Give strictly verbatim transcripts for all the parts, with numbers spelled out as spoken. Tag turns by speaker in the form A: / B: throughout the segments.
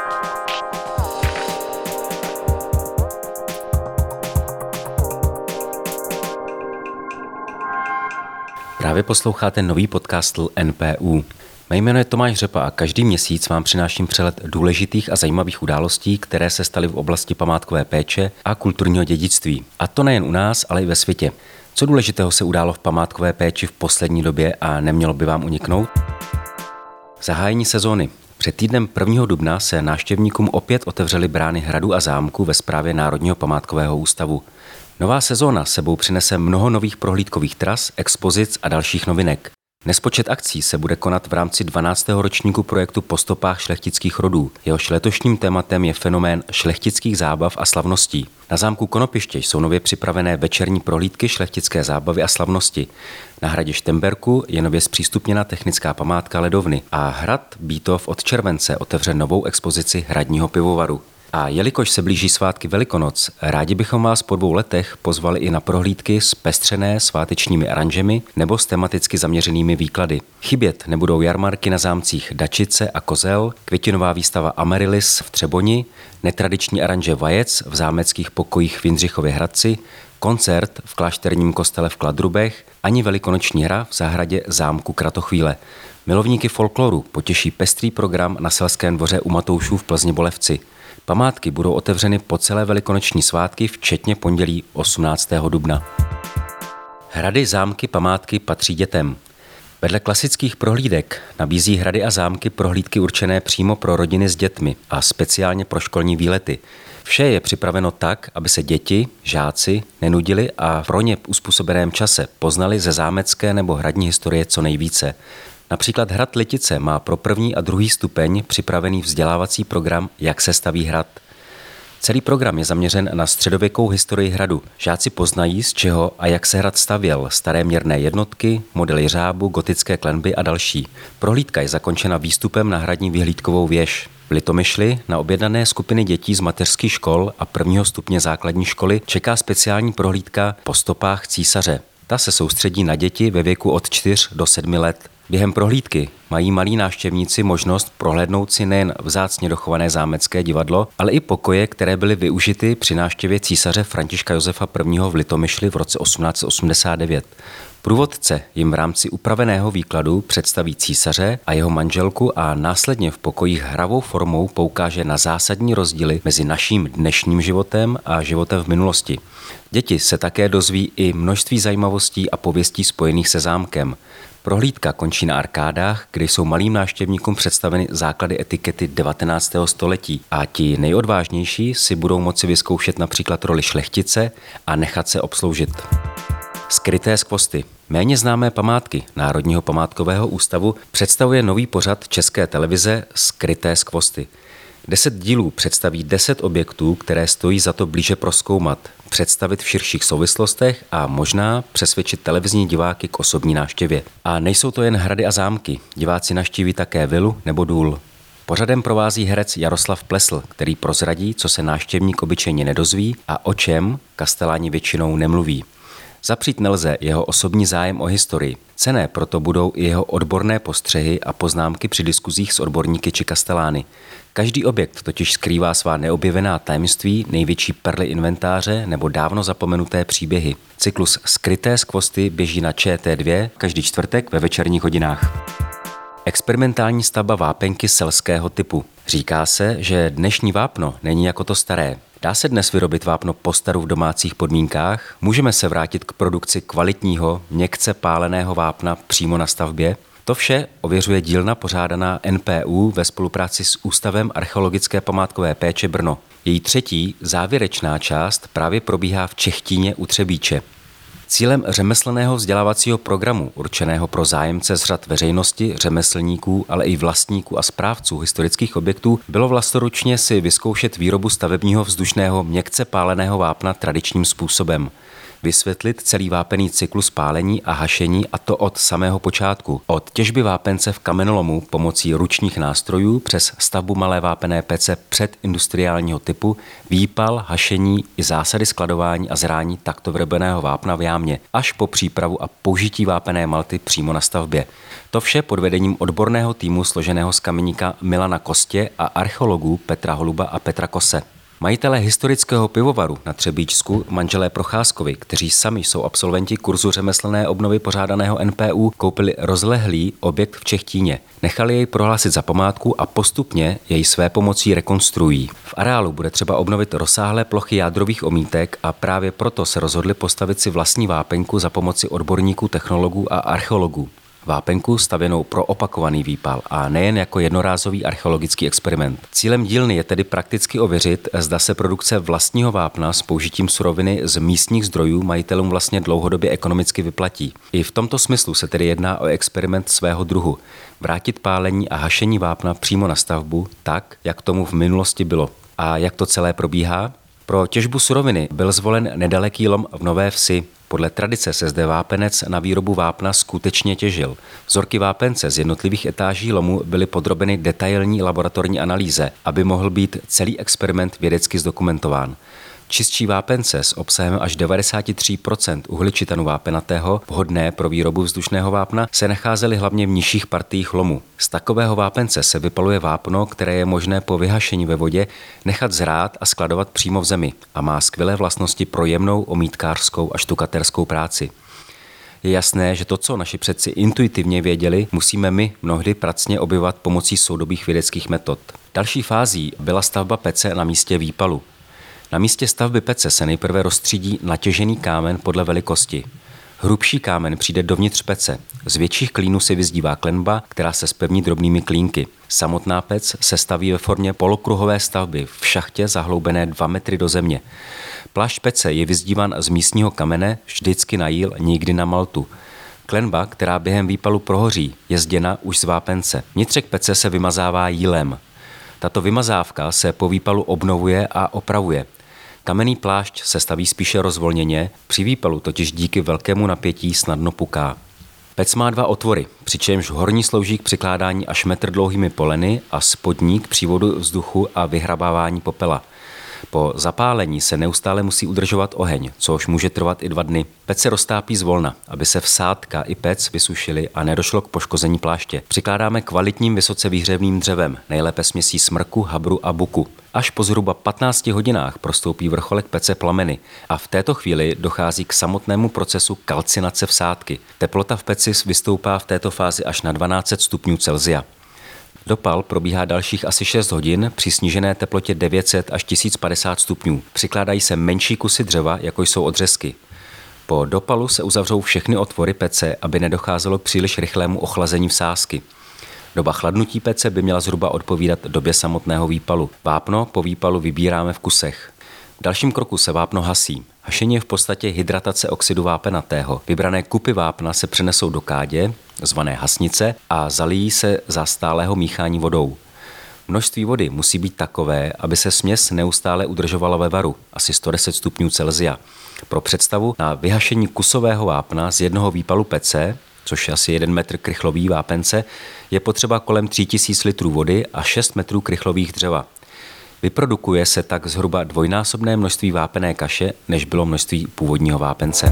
A: Právě posloucháte nový podcast N P U. Mé jméno je Tomáš Řepa a každý měsíc vám přináším přehled důležitých a zajímavých událostí, které se staly v oblasti památkové péče a kulturního dědictví. A to nejen u nás, ale i ve světě. Co důležitého se událo v památkové péči v poslední době a nemělo by vám uniknout? Zahájení sezóny. Před týdnem prvního dubna se návštěvníkům opět otevřely brány hradu a zámku ve správě Národního památkového ústavu. Nová sezóna sebou přinese mnoho nových prohlídkových tras, expozic a dalších novinek. Nespočet akcí se bude konat v rámci dvanáctého ročníku projektu Po stopách šlechtických rodů. Jehož letošním tématem je fenomén šlechtických zábav a slavností. Na zámku Konopiště jsou nově připravené večerní prohlídky šlechtické zábavy a slavnosti. Na hradě Štemberku je nově zpřístupněna technická památka ledovny a hrad Bítov od července otevře novou expozici hradního pivovaru. A jelikož se blíží svátky Velikonoc, rádi bychom vás po dvou letech pozvali i na prohlídky zpestřené svátečními aranžemi nebo s tematicky zaměřenými výklady. Chybět nebudou jarmarky na zámcích Dačice a Kozel, květinová výstava Amaryllis v Třeboni, netradiční aranže vajec v zámeckých pokojích v Jindřichově Hradci, koncert v klášterním kostele v Kladrubech, ani velikonoční hra v zahradě zámku Kratochvíle. Milovníky folkloru potěší pestrý program na Selském dvoře u Matoušů v Plzni Bolevci. Památky budou otevřeny po celé velikonoční svátky, včetně pondělí osmnáctého dubna. Hrady, zámky, památky patří dětem. Vedle klasických prohlídek nabízí hrady a zámky prohlídky určené přímo pro rodiny s dětmi a speciálně pro školní výlety. Vše je připraveno tak, aby se děti, žáci nenudili a v pro ně uspůsobeném čase poznali ze zámecké nebo hradní historie co nejvíce. Například hrad Litice má pro první a druhý stupeň připravený vzdělávací program Jak se staví hrad. Celý program je zaměřen na středověkou historii hradu. Žáci poznají, z čeho a jak se hrad stavěl, staré měrné jednotky, modely řábu, gotické klenby a další. Prohlídka je zakončena výstupem na hradní vyhlídkovou věž. V Litomyšli na objednané skupiny dětí z mateřských škol a prvního stupně základní školy čeká speciální prohlídka Po stopách císaře. Ta se soustředí na děti ve věku od čtyř do sedmi let. Během prohlídky mají malí návštěvníci možnost prohlédnout si nejen vzácně dochované zámecké divadlo, ale i pokoje, které byly využity při návštěvě císaře Františka Josefa I. v Litomyšli v roce osmnáct set osmdesát devět. Průvodce jim v rámci upraveného výkladu představí císaře a jeho manželku a následně v pokojích hravou formou poukáže na zásadní rozdíly mezi naším dnešním životem a životem v minulosti. Děti se také dozví i množství zajímavostí a pověstí spojených se zámkem. Prohlídka končí na arkádách, kde jsou malým návštěvníkům představeny základy etikety devatenáctého století a ti nejodvážnější si budou moci vyzkoušet například roli šlechtice a nechat se obsloužit. Skryté skvosty. Méně známé památky Národního památkového ústavu představuje nový pořad České televize Skryté skvosty. Deset dílů představí deset objektů, které stojí za to blíže prozkoumat, představit v širších souvislostech a možná přesvědčit televizní diváky k osobní návštěvě. A nejsou to jen hrady a zámky, diváci navštíví také vilu nebo důl. Pořadem provází herec Jaroslav Plesl, který prozradí, co se návštěvník obyčejně nedozví a o čem kasteláni většinou nemluví. Zapřít nelze jeho osobní zájem o historii. Cenné proto budou i jeho odborné postřehy a poznámky při diskuzích s odborníky či kastelány. Každý objekt totiž skrývá svá neobjevená tajemství, největší perly inventáře nebo dávno zapomenuté příběhy. Cyklus Skryté skvosty běží na Č T dva každý čtvrtek ve večerních hodinách. Experimentální stavba vápenky selského typu. Říká se, že dnešní vápno není jako to staré. Dá se dnes vyrobit vápno postaru v domácích podmínkách? Můžeme se vrátit k produkci kvalitního, měkce páleného vápna přímo na stavbě? To vše ověřuje dílna pořádaná N P U ve spolupráci s Ústavem archeologické památkové péče Brno. Její třetí, závěrečná část právě probíhá v Čechtíně u Třebíče. Cílem řemeslného vzdělávacího programu, určeného pro zájemce z řad veřejnosti, řemeslníků, ale i vlastníků a správců historických objektů, bylo vlastoručně si vyzkoušet výrobu stavebního vzdušného měkce páleného vápna tradičním způsobem. vysvětlit celý vápenný cyklus pálení a hašení, a to od samého počátku. Od těžby vápence v kamenolomu pomocí ručních nástrojů přes stavbu malé vápenné pece předindustriálního typu, výpal, hašení i zásady skladování a zrání takto vyrobeného vápna v jámě, až po přípravu a použití vápenné malty přímo na stavbě. To vše pod vedením odborného týmu složeného z kameníka Milana Kostě a archeologů Petra Holuba a Petra Kose. Majitelé historického pivovaru na Třebíčsku, manželé Procházkovi, kteří sami jsou absolventi kurzu řemeslné obnovy pořádaného N P U, koupili rozlehlý objekt v Čechtíně. Nechali jej prohlásit za památku a postupně jej své pomocí rekonstruují. V areálu bude třeba obnovit rozsáhlé plochy jádrových omítek a právě proto se rozhodli postavit si vlastní vápenku za pomoci odborníků, technologů a archeologů. Vápenku stavěnou pro opakovaný výpal a nejen jako jednorázový archeologický experiment. Cílem dílny je tedy prakticky ověřit, zda se produkce vlastního vápna s použitím suroviny z místních zdrojů majitelům vlastně dlouhodobě ekonomicky vyplatí. I v tomto smyslu se tedy jedná o experiment svého druhu. Vrátit pálení a hašení vápna přímo na stavbu tak, jak tomu v minulosti bylo. A jak to celé probíhá? Pro těžbu suroviny byl zvolen nedaleký lom v Nové Vsi. Podle tradice se zde vápenec na výrobu vápna skutečně těžil. Vzorky vápence z jednotlivých etáží lomu byly podrobeny detailní laboratorní analýze, aby mohl být celý experiment vědecky zdokumentován. Čistší vápence s obsahem až devadesát tři procent uhličitanu vápenatého, vhodné pro výrobu vzdušného vápna, se nacházely hlavně v nižších partiích lomu. Z takového vápence se vypaluje vápno, které je možné po vyhašení ve vodě nechat zrát a skladovat přímo v zemi a má skvělé vlastnosti pro jemnou omítkářskou a štukatérskou práci. Je jasné, že to, co naši předci intuitivně věděli, musíme my mnohdy pracně objevovat pomocí soudobých vědeckých metod. Další fází byla stavba pece na místě výpalu. Na místě stavby pece se nejprve rozstřídí natěžený kámen podle velikosti. Hrubší kámen přijde dovnitř pece. Z větších klínů se vyzdívá klenba, která se zpevní drobnými klínky. Samotná pec se staví ve formě polokruhové stavby v šachtě zahloubené dva metry do země. Plášť pece je vyzdíván z místního kamene, vždycky na jíl, nikdy na maltu. Klenba, která během výpalu prohoří, je zděna už z vápence. Vnitřek pece se vymazává jílem. Tato vymazávka se po výpalu obnovuje a opravuje. Kamenný plášť se staví spíše rozvolněně, při výpalu totiž díky velkému napětí snadno puká. Pec má dva otvory, přičemž horní slouží k přikládání až metr dlouhými poleny a spodní k přívodu vzduchu a vyhrabávání popela. Po zapálení se neustále musí udržovat oheň, což může trvat i dva dny. Pec se roztápí zvolna, aby se vsádka i pec vysušily a nedošlo k poškození pláště. Přikládáme kvalitním vysoce výhřevným dřevem, nejlépe směsí smrku, habru a buku. Až po zhruba patnácti hodinách prostoupí vrcholek pece plameny a v této chvíli dochází k samotnému procesu kalcinace vsádky. Teplota v peci vystoupá v této fázi až na dvanáct set stupňů Celsia. Dopal probíhá dalších asi šest hodin při snížené teplotě devět set až tisíc padesát stupňů. Přikládají se menší kusy dřeva, jako jsou odřezky. Po dopalu se uzavřou všechny otvory pece, aby nedocházelo k příliš rychlému ochlazení vsázky. Doba chladnutí pece by měla zhruba odpovídat době samotného výpalu. Vápno po výpalu vybíráme v kusech. V dalším kroku se vápno hasí. Hašení je v podstatě hydratace oxidu vápenatého. Vybrané kupy vápna se přenesou do kádě, zvané hasnice, a zalijí se za stálého míchání vodou. Množství vody musí být takové, aby se směs neustále udržovala ve varu, asi sto deset stupňů Celsia. Pro představu, na vyhašení kusového vápna z jednoho výpalu pece, což je asi jeden metr krychlový vápence, je potřeba kolem tři tisíce litrů vody a šest metrů krychlových dřeva. Vyprodukuje se tak zhruba dvojnásobné množství vápenné kaše, než bylo množství původního vápence.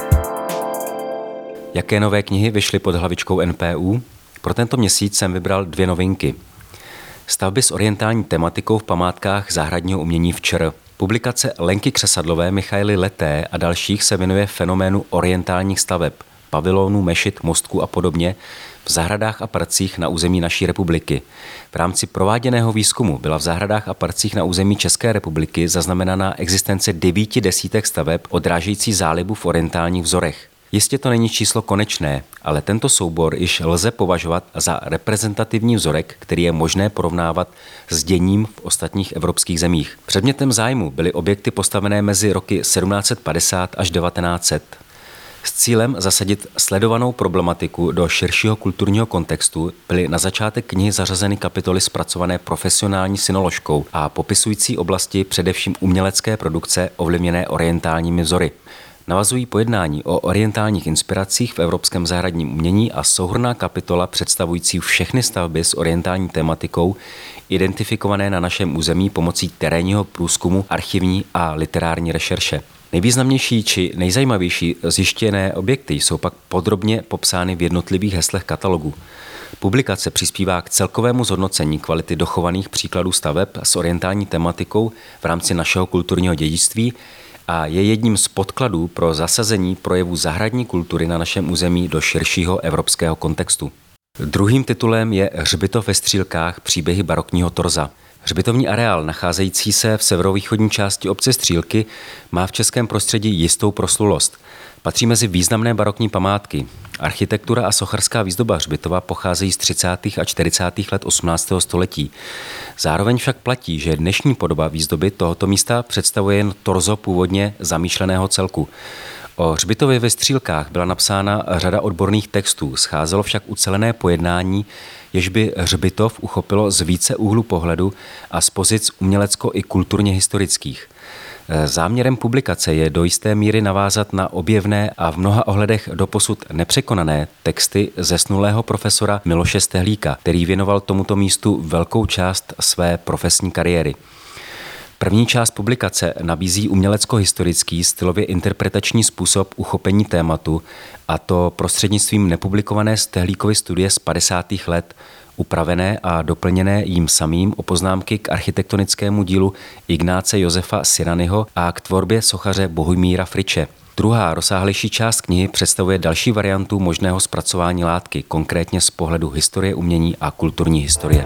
A: Jaké nové knihy vyšly pod hlavičkou N P U? Pro tento měsíc jsem vybral dvě novinky. Stavby s orientální tematikou v památkách zahradního umění v ČR. Publikace Lenky Křesadlové, Michaely Leté a dalších se věnuje fenoménu orientálních staveb, pavilonů, mešit, mostků a podobně v zahradách a parcích na území naší republiky. V rámci prováděného výzkumu byla v zahradách a parcích na území České republiky zaznamenaná existence devíti desítek staveb odrážející zálibu v orientálních vzorech. Jistě to není číslo konečné, ale tento soubor již lze považovat za reprezentativní vzorek, který je možné porovnávat s děním v ostatních evropských zemích. Předmětem zájmu byly objekty postavené mezi roky sedmnáct set padesát až devatenáct set. S cílem zasadit sledovanou problematiku do širšího kulturního kontextu byly na začátek knihy zařazeny kapitoly zpracované profesionální synoložkou a popisující oblasti především umělecké produkce ovlivněné orientálními vzory. Navazují pojednání o orientálních inspiracích v evropském zahradním umění a souhrnná kapitola představující všechny stavby s orientální tematikou identifikované na našem území pomocí terénního průzkumu, archivní a literární rešerše. Nejvýznamnější či nejzajímavější zjištěné objekty jsou pak podrobně popsány v jednotlivých heslech katalogu. Publikace přispívá k celkovému zhodnocení kvality dochovaných příkladů staveb s orientální tematikou v rámci našeho kulturního dědictví a je jedním z podkladů pro zasazení projevů zahradní kultury na našem území do širšího evropského kontextu. Druhým titulem je Hřbitov ve Střílkách, příběhy barokního torza. Hřbitovní areál, nacházející se v severovýchodní části obce Střílky, má v českém prostředí jistou proslulost. Patří mezi významné barokní památky. Architektura a sochařská výzdoba hřbitova pocházejí z třicátých a čtyřicátých let osmnáctého století. Zároveň však platí, že dnešní podoba výzdoby tohoto místa představuje jen torzo původně zamýšleného celku. O hřbitově ve Střílkách byla napsána řada odborných textů, scházelo však ucelené pojednání, jež by hřbitov uchopilo z více úhlu pohledu a z pozic umělecko- i kulturně historických. Záměrem publikace je do jisté míry navázat na objevné a v mnoha ohledech doposud nepřekonané texty zesnulého profesora Miloše Stehlíka, který věnoval tomuto místu velkou část své profesní kariéry. První část publikace nabízí umělecko-historický stylově interpretační způsob uchopení tématu, a to prostřednictvím nepublikované Stehlíkovy studie z padesátých let, upravené a doplněné jím samým o poznámky k architektonickému dílu Ignáce Josefa Siranyho a k tvorbě sochaře Bohumíra Friče. Druhá rozsáhlejší část knihy představuje další variantu možného zpracování látky, konkrétně z pohledu historie umění a kulturní historie.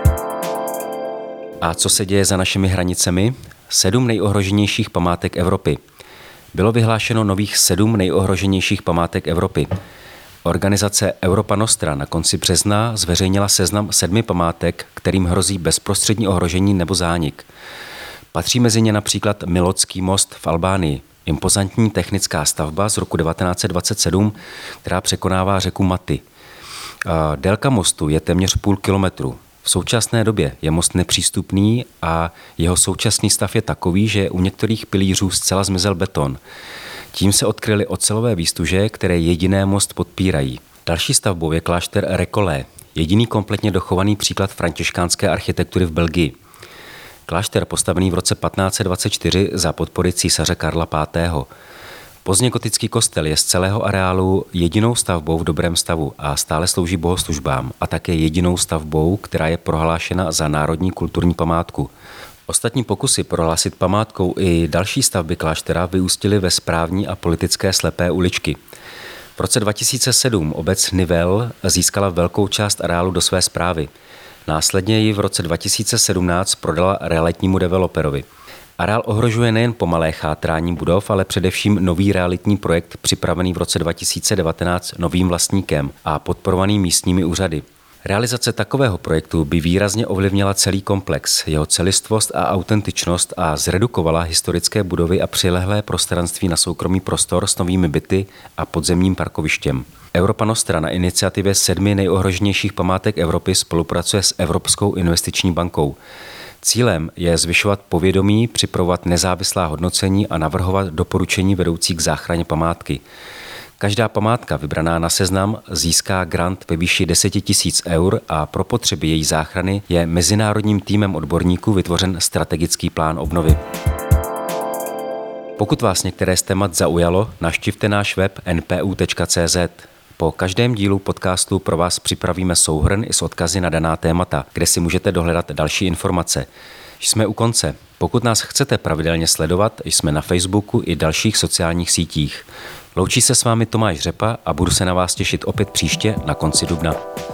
A: A co se děje za našimi hranicemi? Sedm nejohroženějších památek Evropy. Bylo vyhlášeno nových sedm nejohroženějších památek Evropy. Organizace Europa Nostra na konci března zveřejnila seznam sedmi památek, kterým hrozí bezprostřední ohrožení nebo zánik. Patří mezi ně například Milotský most v Albánii, impozantní technická stavba z roku devatenáct set dvacet sedm, která překonává řeku Maty. Délka mostu je téměř půl kilometru. V současné době je most nepřístupný a jeho současný stav je takový, že u některých pilířů zcela zmizel beton. Tím se odkryly ocelové výstuže, které jediné most podpírají. Další stavbou je klášter Récollet, jediný kompletně dochovaný příklad františkánské architektury v Belgii. Klášter postavený v roce patnáct set dvacet čtyři za podpory císaře Karla pátého. Pozdně gotický kostel je z celého areálu jedinou stavbou v dobrém stavu a stále slouží bohoslužbám a také jedinou stavbou, která je prohlášena za národní kulturní památku. Ostatní pokusy prohlásit památkou i další stavby kláštera vyústily ve správní a politické slepé uličky. V roce dva tisíce sedm obec Nivelles získala velkou část areálu do své správy. Následně ji v roce dva tisíce sedmnáct prodala realitnímu developerovi. Areál ohrožuje nejen pomalé chátrání budov, ale především nový realitní projekt připravený v roce dva tisíce devatenáct novým vlastníkem a podporovaný místními úřady. Realizace takového projektu by výrazně ovlivnila celý komplex, jeho celistvost a autentičnost a zredukovala historické budovy a přilehlé prostranství na soukromý prostor s novými byty a podzemním parkovištěm. Europa Nostra na iniciativě sedmi nejohroženějších památek Evropy spolupracuje s Evropskou investiční bankou. Cílem je zvyšovat povědomí, připravovat nezávislá hodnocení a navrhovat doporučení vedoucí k záchraně památky. Každá památka vybraná na seznam získá grant ve výši deset tisíc eur a pro potřeby její záchrany je mezinárodním týmem odborníků vytvořen strategický plán obnovy. Pokud vás některé z témat zaujalo, navštivte náš web en pé ú tečka cé zet. Po každém dílu podcastu pro vás připravíme souhrn i s odkazy na daná témata, kde si můžete dohledat další informace. Jsme u konce. Pokud nás chcete pravidelně sledovat, jsme na Facebooku i dalších sociálních sítích. Loučí se s vámi Tomáš Řepa a budu se na vás těšit opět příště na konci dubna.